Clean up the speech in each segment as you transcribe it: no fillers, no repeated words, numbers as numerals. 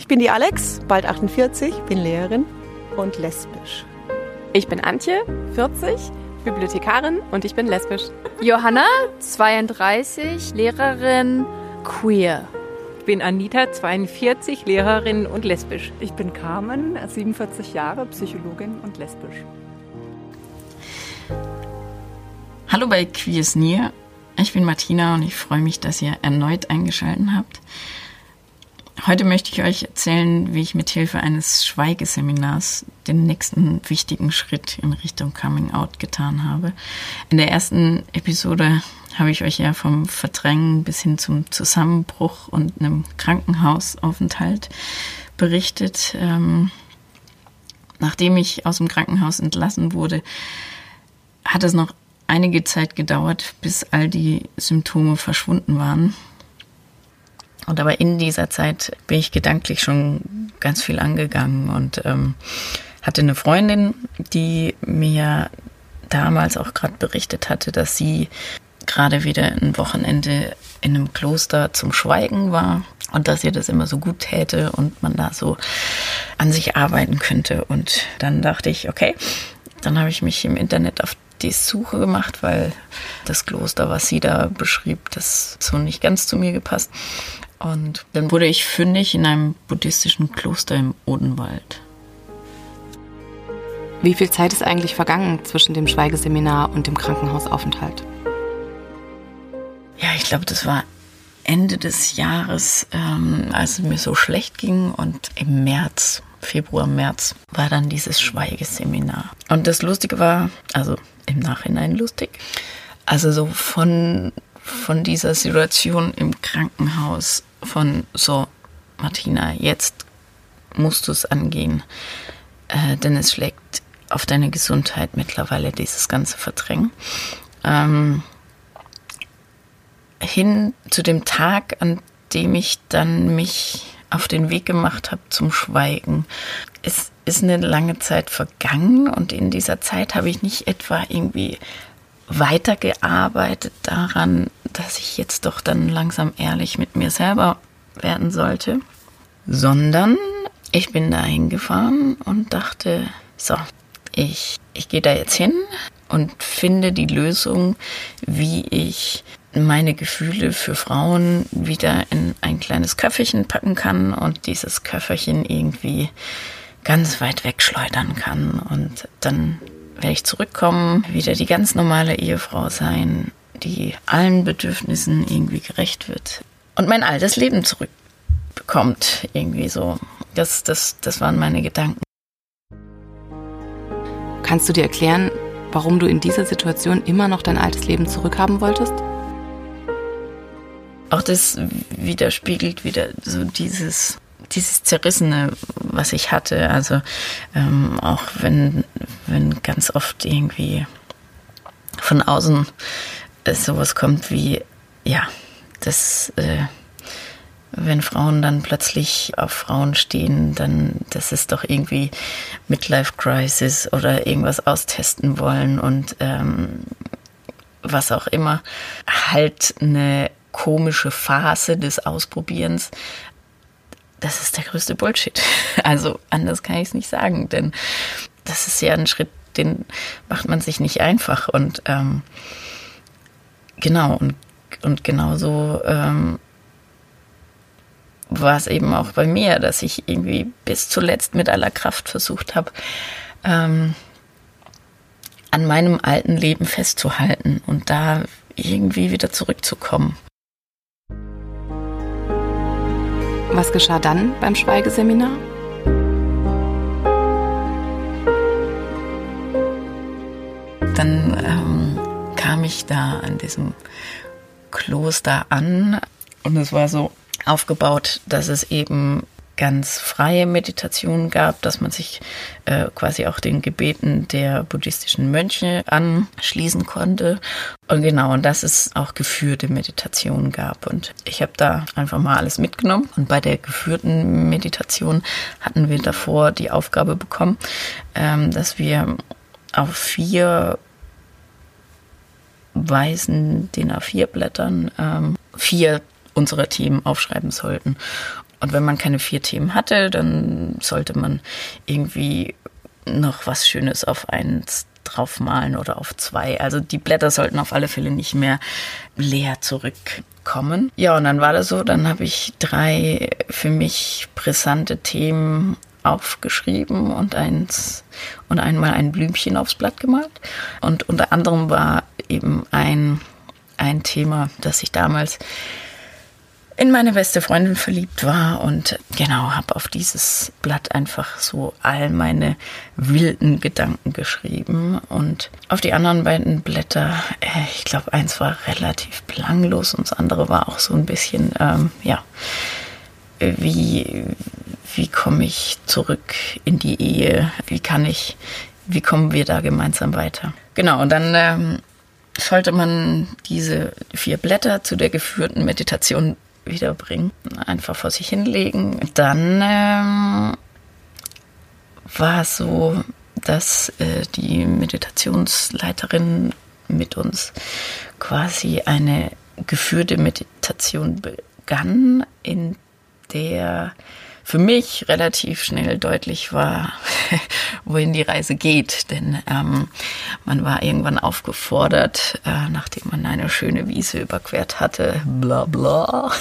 bin die Alex, bald 48, bin Lehrerin und lesbisch. Ich bin Antje, 40, Bibliothekarin und ich bin lesbisch. Johanna, 32, Lehrerin, queer. Ich bin Anita, 42, Lehrerin und lesbisch. Ich bin Carmen, 47 Jahre, Psychologin und lesbisch. Hallo bei Queer is Near. Ich bin Martina und ich freue mich, dass ihr erneut eingeschaltet habt. Heute möchte ich euch erzählen, wie ich mit Hilfe eines Schweigeseminars den nächsten wichtigen Schritt in Richtung Coming Out getan habe. In der ersten Episode habe ich euch ja vom Verdrängen bis hin zum Zusammenbruch und einem Krankenhausaufenthalt berichtet. Nachdem ich aus dem Krankenhaus entlassen wurde, hat es noch einige Zeit gedauert, bis all die Symptome verschwunden waren. Und aber in dieser Zeit bin ich gedanklich schon ganz viel angegangen und hatte eine Freundin, die mir damals auch gerade berichtet hatte, dass sie gerade wieder ein Wochenende in einem Kloster zum Schweigen war und dass ihr das immer so gut täte und man da so an sich arbeiten könnte. Und dann dachte ich, okay, dann habe ich mich im Internet auf die Suche gemacht, weil das Kloster, was sie da beschrieb, das so nicht ganz zu mir gepasst. Und dann wurde ich fündig in einem buddhistischen Kloster im Odenwald. Wie viel Zeit ist eigentlich vergangen zwischen dem Schweigeseminar und dem Krankenhausaufenthalt? Ja, ich glaube, das war Ende des Jahres, als es mir so schlecht ging. Und im März, Februar, März, war dann dieses Schweigeseminar. Und das Lustige war, also im Nachhinein lustig, also so von dieser Situation im Krankenhaus, von so, Martina, jetzt musst du es angehen, denn es schlägt auf deine Gesundheit mittlerweile dieses ganze Verdrängen. Hin zu dem Tag, an dem ich dann mich auf den Weg gemacht habe zum Schweigen. Es ist eine lange Zeit vergangen und in dieser Zeit habe ich nicht etwa irgendwie weitergearbeitet daran, dass ich jetzt doch dann langsam ehrlich mit mir selber werden sollte, sondern ich bin da hingefahren und dachte, so, ich gehe da jetzt hin und finde die Lösung, wie ich meine Gefühle für Frauen wieder in ein kleines Köfferchen packen kann und dieses Köfferchen irgendwie ganz weit wegschleudern kann. Und dann werde ich zurückkommen, wieder die ganz normale Ehefrau sein, die allen Bedürfnissen irgendwie gerecht wird und mein altes Leben zurückbekommt, irgendwie so. Das waren meine Gedanken. Kannst du dir erklären, warum du in dieser Situation immer noch dein altes Leben zurückhaben wolltest? Auch das widerspiegelt wieder so dieses Zerrissene, was ich hatte. Also auch wenn ganz oft irgendwie von außen sowas kommt wie, ja, wenn Frauen dann plötzlich auf Frauen stehen, dann das ist doch irgendwie Midlife-Crisis oder irgendwas austesten wollen und was auch immer. Halt eine komische Phase des Ausprobierens. Das ist der größte Bullshit. Also anders kann ich es nicht sagen, denn das ist ja ein Schritt, den macht man sich nicht einfach. Und genau, und genauso war es eben auch bei mir, dass ich irgendwie bis zuletzt mit aller Kraft versucht habe, an meinem alten Leben festzuhalten und da irgendwie wieder zurückzukommen. Was geschah dann beim Schweigeseminar? Dann kam ich da an diesem Kloster an und es war so aufgebaut, dass es eben ganz freie Meditation gab, dass man sich quasi auch den Gebeten der buddhistischen Mönche anschließen konnte. Und genau, und dass es auch geführte Meditation gab. Und ich habe da einfach mal alles mitgenommen. Und bei der geführten Meditation hatten wir davor die Aufgabe bekommen, dass wir auf 4 weißen DIN A4 Blättern 4 unserer Themen aufschreiben sollten. Und wenn man keine 4 Themen hatte, dann sollte man irgendwie noch was Schönes auf eins draufmalen oder auf 2. Also die Blätter sollten auf alle Fälle nicht mehr leer zurückkommen. Ja, und dann war das so, dann habe ich 3 für mich brisante Themen aufgeschrieben und einmal ein Blümchen aufs Blatt gemalt. Und unter anderem war eben ein Thema, das ich damals in meine beste Freundin verliebt war und genau, habe auf dieses Blatt einfach so all meine wilden Gedanken geschrieben. Und auf die anderen beiden Blätter, ich glaube, eins war relativ belanglos und das andere war auch so ein bisschen, wie komme ich zurück in die Ehe? Wie kommen wir da gemeinsam weiter? Genau, und dann sollte man diese 4 Blätter zu der geführten Meditation wiederbringen, einfach vor sich hinlegen. Dann war es so, dass die Meditationsleiterin mit uns quasi eine geführte Meditation begann, in der für mich relativ schnell deutlich war, wohin die Reise geht. Denn man war irgendwann aufgefordert, nachdem man eine schöne Wiese überquert hatte, bla bla,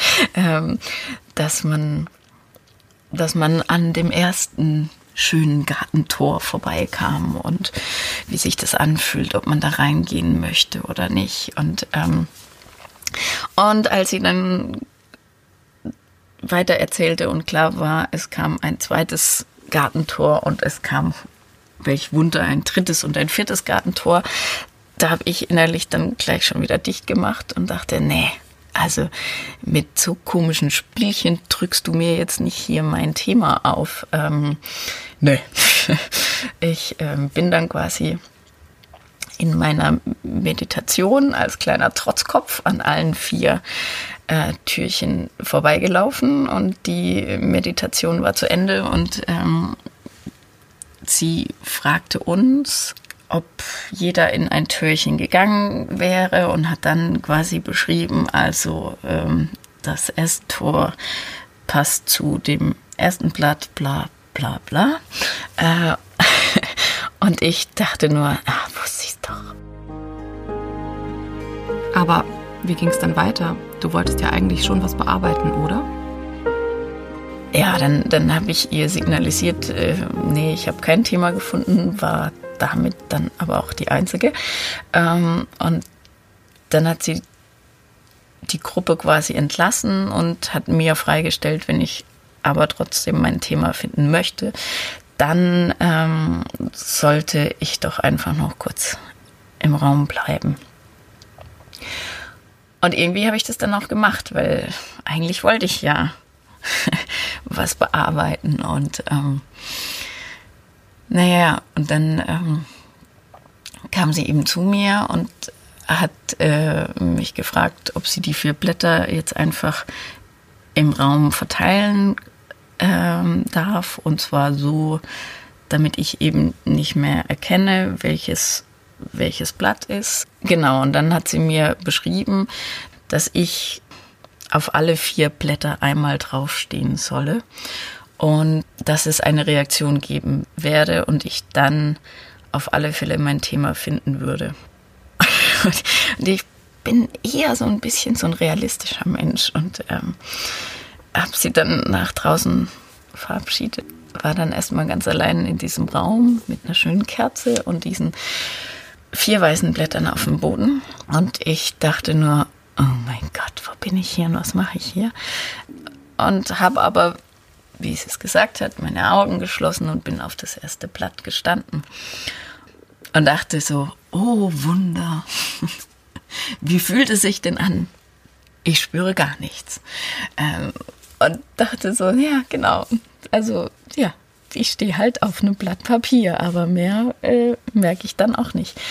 dass man an dem ersten schönen Gartentor vorbeikam und wie sich das anfühlt, ob man da reingehen möchte oder nicht. Und als sie dann weiter erzählte und klar war, es kam ein zweites Gartentor und es kam, welch Wunder, ein drittes und ein viertes Gartentor. Da habe ich innerlich dann gleich schon wieder dicht gemacht und dachte, nee, also mit so komischen Spielchen drückst du mir jetzt nicht hier mein Thema auf. Nö. Ich bin dann quasi in meiner Meditation als kleiner Trotzkopf an allen 4 Türchen vorbeigelaufen und die Meditation war zu Ende und sie fragte uns, ob jeder in ein Türchen gegangen wäre und hat dann quasi beschrieben, also das erste Tor passt zu dem ersten Blatt, bla bla bla. Und ich dachte nur, wusste ich's doch. Aber wie ging es dann weiter? Du wolltest ja eigentlich schon was bearbeiten, oder? Ja, dann habe ich ihr signalisiert, nee, ich habe kein Thema gefunden, war damit dann aber auch die Einzige. Und dann hat sie die Gruppe quasi entlassen und hat mir freigestellt, wenn ich aber trotzdem mein Thema finden möchte, dann sollte ich doch einfach noch kurz im Raum bleiben. Und irgendwie habe ich das dann auch gemacht, weil eigentlich wollte ich ja was bearbeiten. Und und dann kam sie eben zu mir und hat mich gefragt, ob sie die 4 Blätter jetzt einfach im Raum verteilen darf. Und zwar so, damit ich eben nicht mehr erkenne, welches Blatt ist. Genau, und dann hat sie mir beschrieben, dass ich auf alle 4 Blätter einmal draufstehen solle und dass es eine Reaktion geben werde und ich dann auf alle Fälle mein Thema finden würde. Und ich bin eher so ein bisschen so ein realistischer Mensch und habe sie dann nach draußen verabschiedet, war dann erstmal ganz allein in diesem Raum mit einer schönen Kerze und diesen 4 weißen Blättern auf dem Boden. Und ich dachte nur, oh mein Gott, wo bin ich hier und was mache ich hier? Und habe aber, wie sie es gesagt hat, meine Augen geschlossen und bin auf das erste Blatt gestanden. Und dachte so, oh Wunder, wie fühlt es sich denn an? Ich spüre gar nichts. Und dachte so, ja, genau, also ja, ich stehe halt auf einem Blatt Papier, aber mehr merke ich dann auch nicht.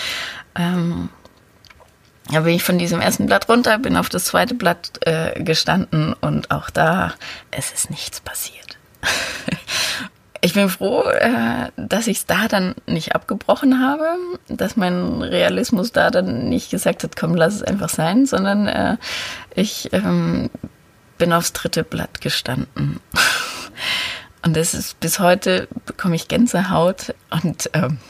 Da bin ich von diesem ersten Blatt runter, bin auf das zweite Blatt gestanden und auch da, es ist nichts passiert. Ich bin froh, dass ich es da dann nicht abgebrochen habe, dass mein Realismus da dann nicht gesagt hat, komm, lass es einfach sein, sondern ich bin aufs 3. Blatt gestanden. Und das ist bis heute, bekomme ich Gänsehaut und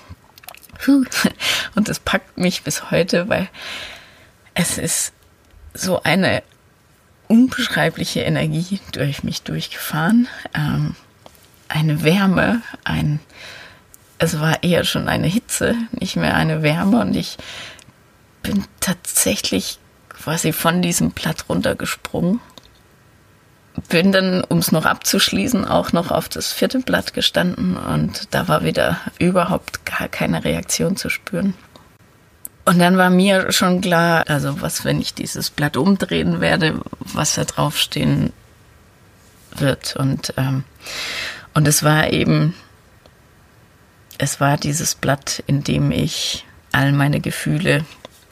das packt mich bis heute, weil es ist so eine unbeschreibliche Energie durch mich durchgefahren. Eine Wärme, es war eher schon eine Hitze, nicht mehr eine Wärme. Und ich bin tatsächlich quasi von diesem Blatt runtergesprungen. Bin dann, um es noch abzuschließen, auch noch auf das 4. Blatt gestanden. Und da war wieder überhaupt gar keine Reaktion zu spüren. Und dann war mir schon klar, also was, wenn ich dieses Blatt umdrehen werde, was da draufstehen wird. Und es war dieses Blatt, in dem ich all meine Gefühle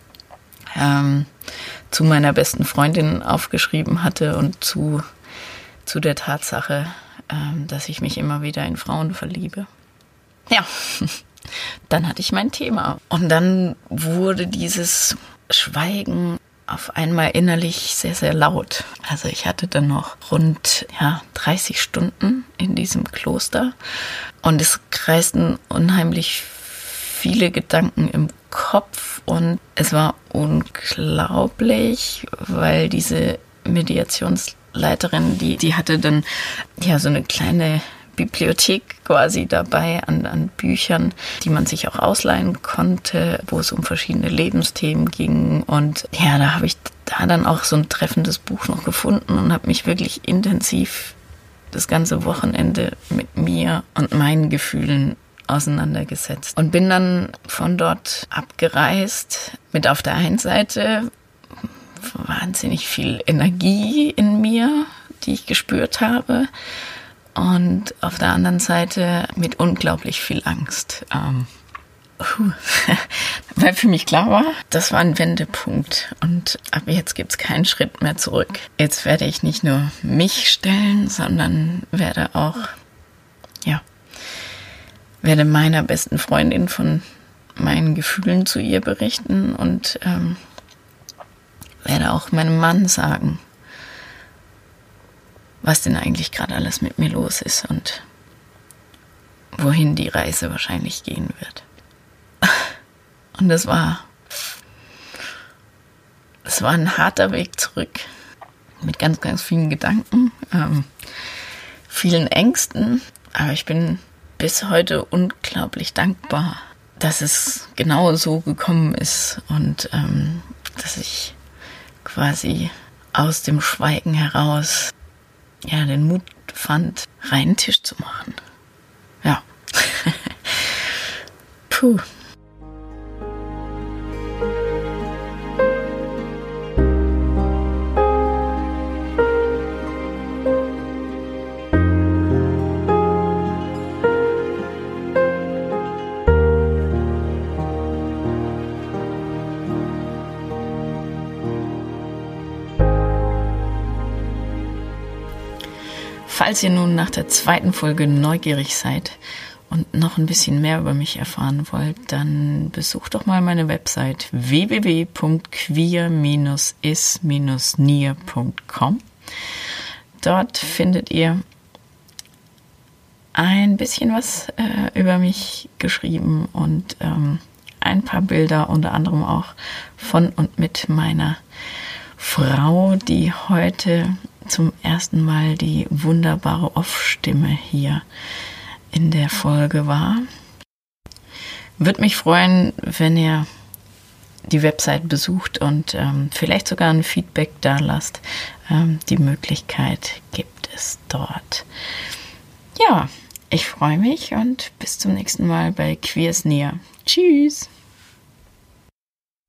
zu meiner besten Freundin aufgeschrieben hatte und zu der Tatsache, dass ich mich immer wieder in Frauen verliebe. Ja, dann hatte ich mein Thema. Und dann wurde dieses Schweigen auf einmal innerlich sehr, sehr laut. Also ich hatte dann noch rund 30 Stunden in diesem Kloster und es kreisten unheimlich viele Gedanken im Kopf und es war unglaublich, weil diese Mediationsleiterin, die hatte dann so eine kleine Bibliothek quasi dabei an Büchern, die man sich auch ausleihen konnte, wo es um verschiedene Lebensthemen ging. Und da habe ich dann auch so ein treffendes Buch noch gefunden und habe mich wirklich intensiv das ganze Wochenende mit mir und meinen Gefühlen auseinandergesetzt. Und bin dann von dort abgereist mit auf der einen Seite wahnsinnig viel Energie in mir, die ich gespürt habe. Und auf der anderen Seite mit unglaublich viel Angst. Weil für mich klar war, das war ein Wendepunkt. Und ab jetzt gibt es keinen Schritt mehr zurück. Jetzt werde ich nicht nur mich stellen, sondern werde auch, werde meiner besten Freundin von meinen Gefühlen zu ihr berichten und werde auch meinem Mann sagen, was denn eigentlich gerade alles mit mir los ist und wohin die Reise wahrscheinlich gehen wird. Und es war ein harter Weg zurück mit ganz, ganz vielen Gedanken, vielen Ängsten, aber ich bin bis heute unglaublich dankbar, dass es genau so gekommen ist und dass ich quasi aus dem Schweigen heraus den Mut fand, reinen Tisch zu machen. Ja. Puh. Falls ihr nun nach der 2. Folge neugierig seid und noch ein bisschen mehr über mich erfahren wollt, dann besucht doch mal meine Website www.queer-is-nier.com. Dort findet ihr ein bisschen was über mich geschrieben und ein paar Bilder, unter anderem auch von und mit meiner Frau, die heute zum ersten Mal die wunderbare Off-Stimme hier in der Folge war. Würde mich freuen, wenn ihr die Website besucht und vielleicht sogar ein Feedback da lasst. Die Möglichkeit gibt es dort. Ja, ich freue mich und bis zum nächsten Mal bei Queer is Near. Tschüss!